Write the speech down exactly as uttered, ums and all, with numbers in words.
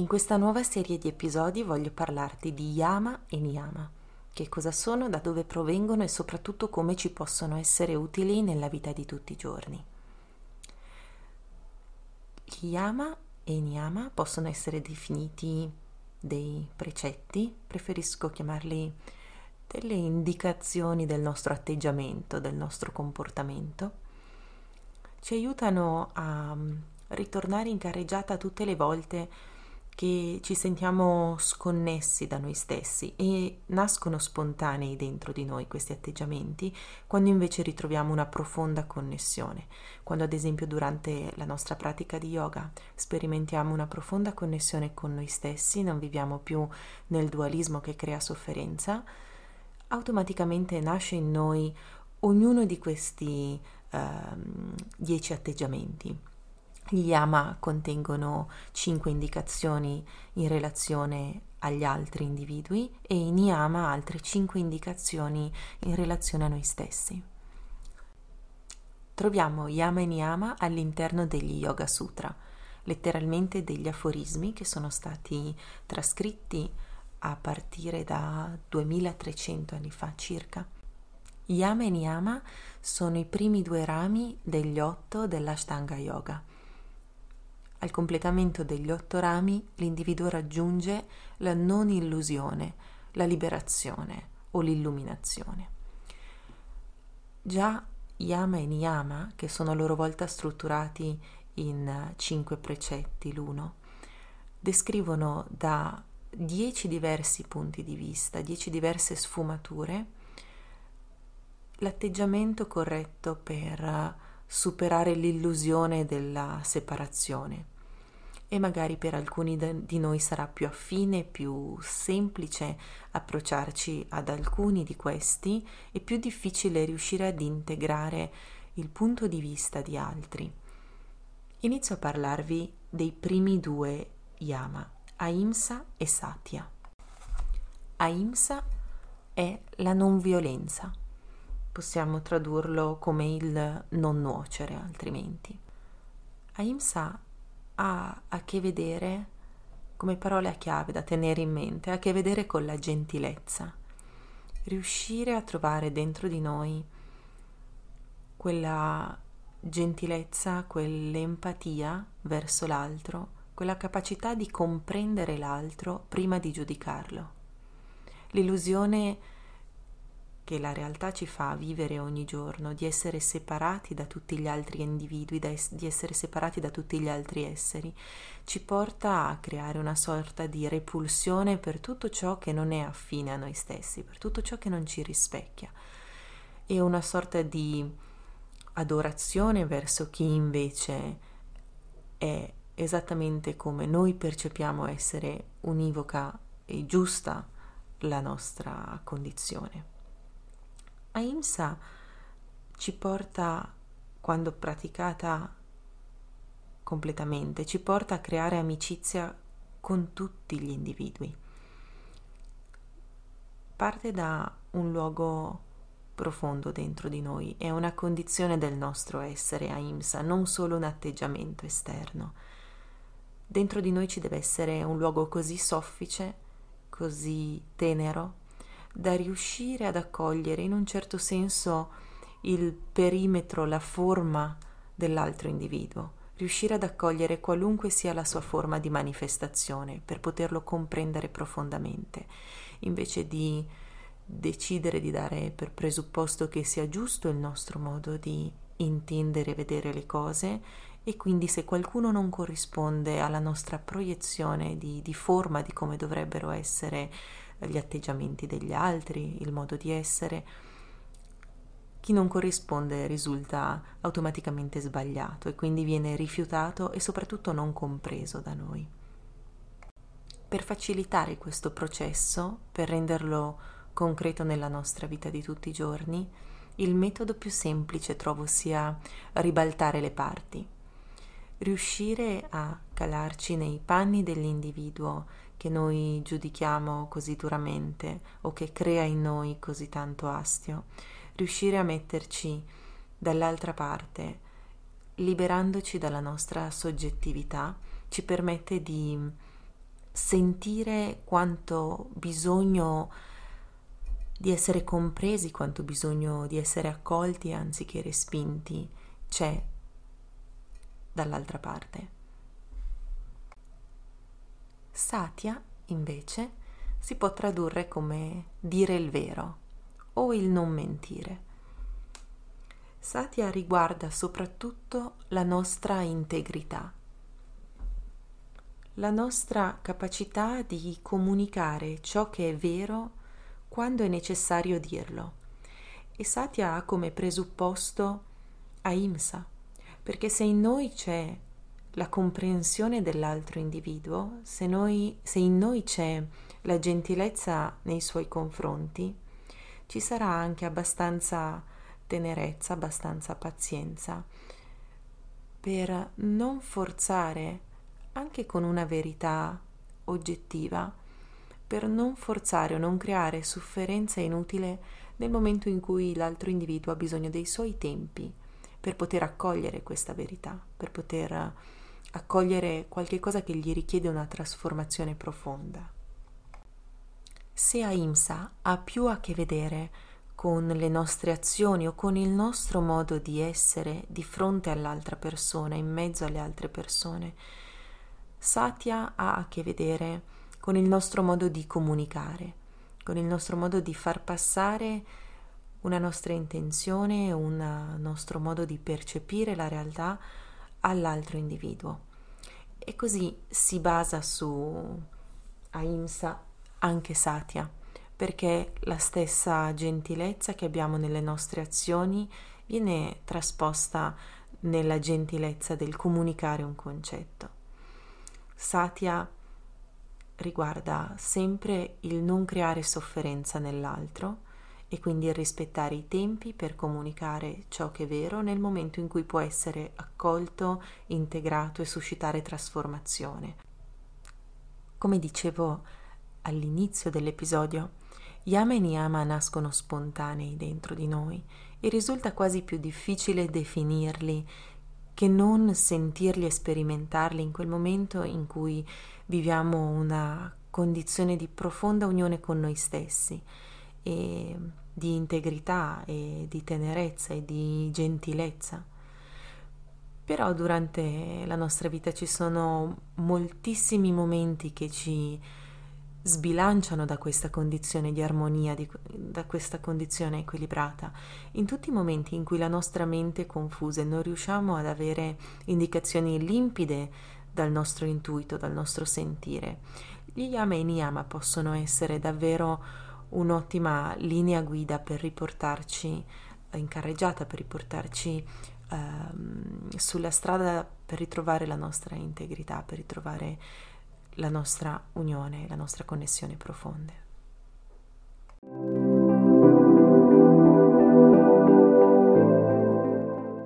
In questa nuova serie di episodi voglio parlarti di yama e niyama, che cosa sono, da dove provengono e soprattutto come ci possono essere utili nella vita di tutti i giorni. Gli yama e i niyama possono essere definiti dei precetti, preferisco chiamarli delle indicazioni del nostro atteggiamento, del nostro comportamento. Ci aiutano a ritornare in carreggiata tutte le volte che ci sentiamo sconnessi da noi stessi e nascono spontanei dentro di noi questi atteggiamenti, quando invece ritroviamo una profonda connessione. Quando ad esempio durante la nostra pratica di yoga sperimentiamo una profonda connessione con noi stessi, non viviamo più nel dualismo che crea sofferenza, automaticamente nasce in noi ognuno di questi ehm, dieci atteggiamenti. Gli yama contengono cinque indicazioni in relazione agli altri individui e i niyama altre cinque indicazioni in relazione a noi stessi. Troviamo yama e niyama all'interno degli Yoga Sutra, letteralmente degli aforismi che sono stati trascritti a partire da duemilatrecento anni fa circa. Yama e niyama sono i primi due rami degli otto dell'Ashtanga Yoga. Al completamento degli otto rami l'individuo raggiunge la non illusione, la liberazione o l'illuminazione. Già yama e niyama, che sono a loro volta strutturati in cinque precetti l'uno, descrivono da dieci diversi punti di vista, dieci diverse sfumature, l'atteggiamento corretto per superare l'illusione della separazione. E magari per alcuni di noi sarà più affine, più semplice approcciarci ad alcuni di questi e più difficile riuscire ad integrare il punto di vista di altri. Inizio a parlarvi dei primi due yama, ahimsa e satya. Ahimsa è la non violenza. Possiamo tradurlo come il non nuocere, altrimenti. Ahimsa ha a che vedere, come parole a chiave da tenere in mente, ha a che vedere con la gentilezza. Riuscire a trovare dentro di noi quella gentilezza, quell'empatia verso l'altro, quella capacità di comprendere l'altro prima di giudicarlo. L'illusione che la realtà ci fa vivere ogni giorno, di essere separati da tutti gli altri individui, di essere separati da tutti gli altri esseri, ci porta a creare una sorta di repulsione per tutto ciò che non è affine a noi stessi, per tutto ciò che non ci rispecchia, e una sorta di adorazione verso chi invece è esattamente come noi percepiamo essere univoca e giusta la nostra condizione. Ahimsa ci porta, quando praticata completamente, ci porta a creare amicizia con tutti gli individui. Parte da un luogo profondo dentro di noi, è una condizione del nostro essere ahimsa, non solo un atteggiamento esterno. Dentro di noi ci deve essere un luogo così soffice, così tenero, da riuscire ad accogliere in un certo senso il perimetro, la forma dell'altro individuo, riuscire ad accogliere qualunque sia la sua forma di manifestazione per poterlo comprendere profondamente, invece di decidere di dare per presupposto che sia giusto il nostro modo di intendere e vedere le cose, e quindi se qualcuno non corrisponde alla nostra proiezione di, di forma di come dovrebbero essere gli atteggiamenti degli altri, il modo di essere, chi non corrisponde risulta automaticamente sbagliato e quindi viene rifiutato e soprattutto non compreso da noi. Per facilitare questo processo, per renderlo concreto nella nostra vita di tutti i giorni, il metodo più semplice trovo sia ribaltare le parti. Riuscire a calarci nei panni dell'individuo che noi giudichiamo così duramente o che crea in noi così tanto astio, riuscire a metterci dall'altra parte, liberandoci dalla nostra soggettività, ci permette di sentire quanto bisogno di essere compresi, quanto bisogno di essere accolti anziché respinti c'è dall'altra parte. Satya, invece, si può tradurre come dire il vero o il non mentire. Satya riguarda soprattutto la nostra integrità, la nostra capacità di comunicare ciò che è vero quando è necessario dirlo. E Satya ha come presupposto ahimsa, perché se in noi c'è la comprensione dell'altro individuo, se, noi, se in noi c'è la gentilezza nei suoi confronti, ci sarà anche abbastanza tenerezza, abbastanza pazienza per non forzare, anche con una verità oggettiva, per non forzare o non creare sofferenza inutile nel momento in cui l'altro individuo ha bisogno dei suoi tempi per poter accogliere questa verità, per poter accogliere qualche cosa che gli richiede una trasformazione profonda. Se ahimsa ha più a che vedere con le nostre azioni o con il nostro modo di essere di fronte all'altra persona, in mezzo alle altre persone, Satya ha a che vedere con il nostro modo di comunicare, con il nostro modo di far passare una nostra intenzione, un nostro modo di percepire la realtà all'altro individuo. E così si basa su ahimsa anche Satya, perché la stessa gentilezza che abbiamo nelle nostre azioni viene trasposta nella gentilezza del comunicare un concetto. Satya riguarda sempre il non creare sofferenza nell'altro e quindi il rispettare i tempi per comunicare ciò che è vero nel momento in cui può essere accolto, integrato e suscitare trasformazione. Come dicevo all'inizio dell'episodio, Yama e Niyama nascono spontanei dentro di noi e risulta quasi più difficile definirli che non sentirli e sperimentarli in quel momento in cui viviamo una condizione di profonda unione con noi stessi e di integrità e di tenerezza e di gentilezza. Però durante la nostra vita ci sono moltissimi momenti che ci sbilanciano da questa condizione di armonia, di, da questa condizione equilibrata. In tutti i momenti in cui la nostra mente è confusa e non riusciamo ad avere indicazioni limpide dal nostro intuito, dal nostro sentire, gli Yama e i Niyama possono essere davvero un'ottima linea guida per riportarci in carreggiata, per riportarci ehm, sulla strada, per ritrovare la nostra integrità, per ritrovare la nostra unione, la nostra connessione profonde.